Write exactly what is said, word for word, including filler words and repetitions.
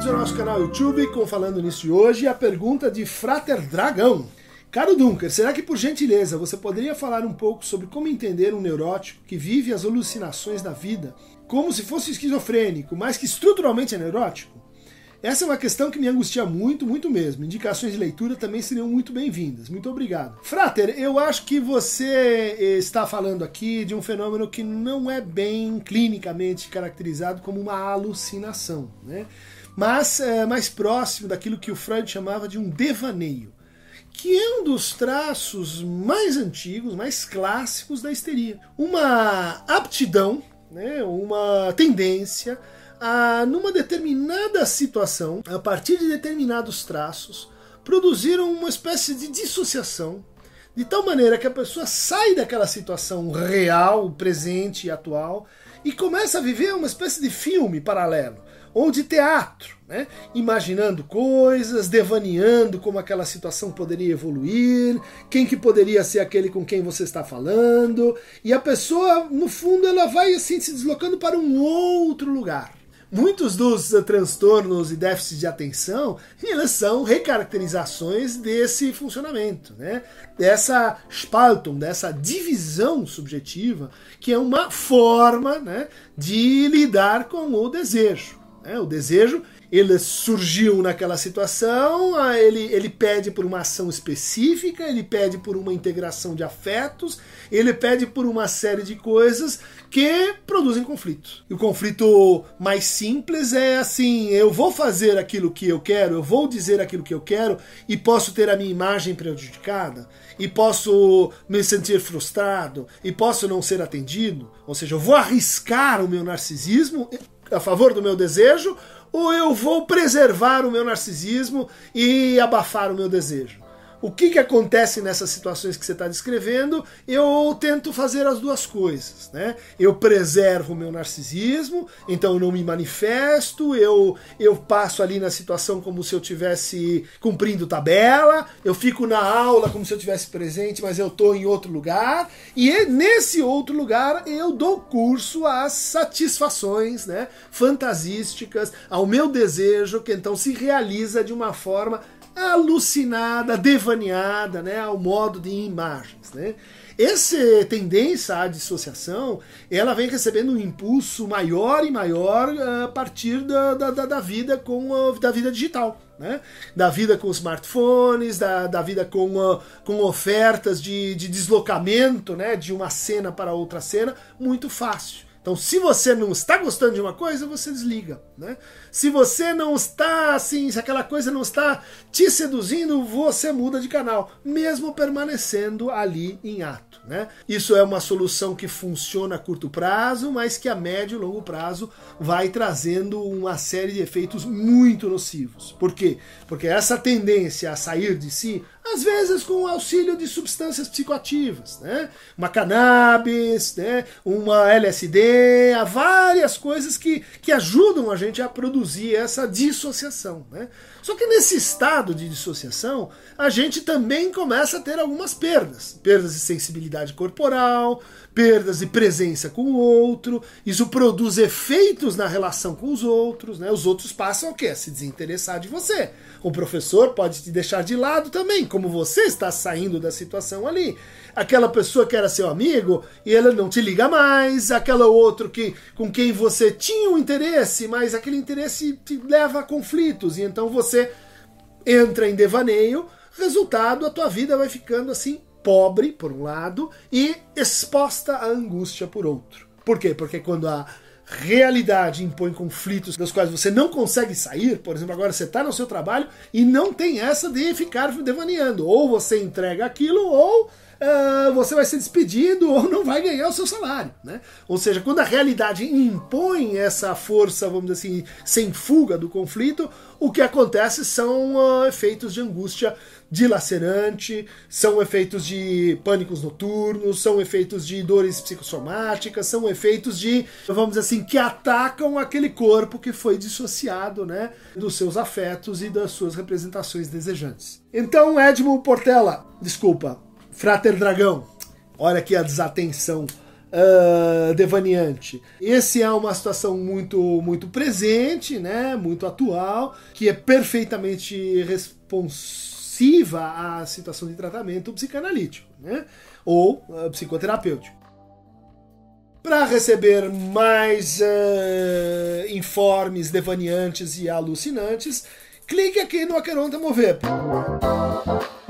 bem-vindos ao nosso canal YouTube com Falando Nisso de hoje. A pergunta de Frater Dragão. Caro Dunker, será que por gentileza você poderia falar um pouco sobre como entender um neurótico que vive as alucinações da vida como se fosse esquizofrênico, mas que estruturalmente é neurótico? Essa é uma questão que me angustia muito, muito mesmo. Indicações de leitura também seriam muito bem-vindas. Muito obrigado. Frater, eu acho que você está falando aqui de um fenômeno que não é bem clinicamente caracterizado como uma alucinação, né? Mas é mais próximo daquilo que o Freud chamava de um devaneio, que é um dos traços mais antigos, mais clássicos da histeria. Uma aptidão, né, uma tendência a, numa determinada situação, a partir de determinados traços, produziram uma espécie de dissociação, de tal maneira que a pessoa sai daquela situação real, presente e atual, e começa a viver uma espécie de filme paralelo, ou de teatro, né? Imaginando coisas, devaneando como aquela situação poderia evoluir, quem que poderia ser aquele com quem você está falando, e a pessoa, no fundo, ela vai assim se deslocando para um outro lugar. Muitos dos uh, transtornos e déficits de atenção, eles são recaracterizações desse funcionamento, né? Dessa Spaltung, dessa divisão subjetiva, que é uma forma, né, de lidar com o desejo. É, o desejo, ele surgiu naquela situação, ele, ele pede por uma ação específica, ele pede por uma integração de afetos, ele pede por uma série de coisas que produzem conflito. E o conflito mais simples é assim, eu vou fazer aquilo que eu quero, eu vou dizer aquilo que eu quero e posso ter a minha imagem prejudicada, e posso me sentir frustrado, e posso não ser atendido, ou seja, eu vou arriscar o meu narcisismo a favor do meu desejo, ou eu vou preservar o meu narcisismo e abafar o meu desejo? O que, que acontece nessas situações que você está descrevendo? Eu tento fazer as duas coisas, né? Eu preservo o meu narcisismo, então eu não me manifesto, eu, eu passo ali na situação como se eu estivesse cumprindo tabela, eu fico na aula como se eu estivesse presente, mas eu estou em outro lugar, e nesse outro lugar eu dou curso às satisfações, né, fantasísticas, ao meu desejo, que então se realiza de uma forma alucinada, devaneada, né, ao modo de imagens, né? Essa tendência à dissociação, ela vem recebendo um impulso maior e maior a partir da, da, da vida com a, da vida digital, né? Da vida com smartphones, da, da vida com, a, com ofertas de, de deslocamento, né, de uma cena para outra cena, muito fácil. Então, se você não está gostando de uma coisa, você desliga, né? Se você não está, assim, se aquela coisa não está te seduzindo, você muda de canal, mesmo permanecendo ali em ato, né? Isso é uma solução que funciona a curto prazo, mas que a médio e longo prazo vai trazendo uma série de efeitos muito nocivos. Por quê? Porque essa tendência a sair de si, às vezes com o auxílio de substâncias psicoativas, né? Uma cannabis, né? Uma L S D, há várias coisas que, que ajudam a gente a produzir essa dissociação, né? Só que nesse estado de dissociação, a gente também começa a ter algumas perdas. Perdas de sensibilidade corporal, perdas de presença com o outro, isso produz efeitos na relação com os outros, né? Os outros passam o quê? A se desinteressar de você. O professor pode te deixar de lado também, como você está saindo da situação ali. Aquela pessoa que era seu amigo e ela não te liga mais, aquela outro que, com quem você tinha um interesse, mas aquele interesse te leva a conflitos, e então você entra em devaneio, resultado, a tua vida vai ficando assim, pobre, por um lado, e exposta à angústia, por outro. Por quê? Porque quando a realidade impõe conflitos dos quais você não consegue sair, por exemplo, agora você está no seu trabalho e não tem essa de ficar devaneando, ou você entrega aquilo, ou uh, você vai ser despedido, ou não vai ganhar o seu salário, né? Ou seja, quando a realidade impõe essa força, vamos dizer assim, sem fuga do conflito, o que acontece são uh, efeitos de angústia dilacerante, são efeitos de pânicos noturnos, são efeitos de dores psicossomáticas, são efeitos de, vamos dizer assim, que atacam aquele corpo que foi dissociado, né, dos seus afetos e das suas representações desejantes. Então, Edmo Portela, desculpa, Frater Dragão, olha aqui a desatenção uh, devaneante. Esse é uma situação muito, muito presente, né, muito atual, que é perfeitamente responsiva à situação de tratamento psicanalítico, né, ou uh, psicoterapêutico. Para receber mais uh, informes devaneantes e alucinantes, clique aqui no Aqueronta Mover.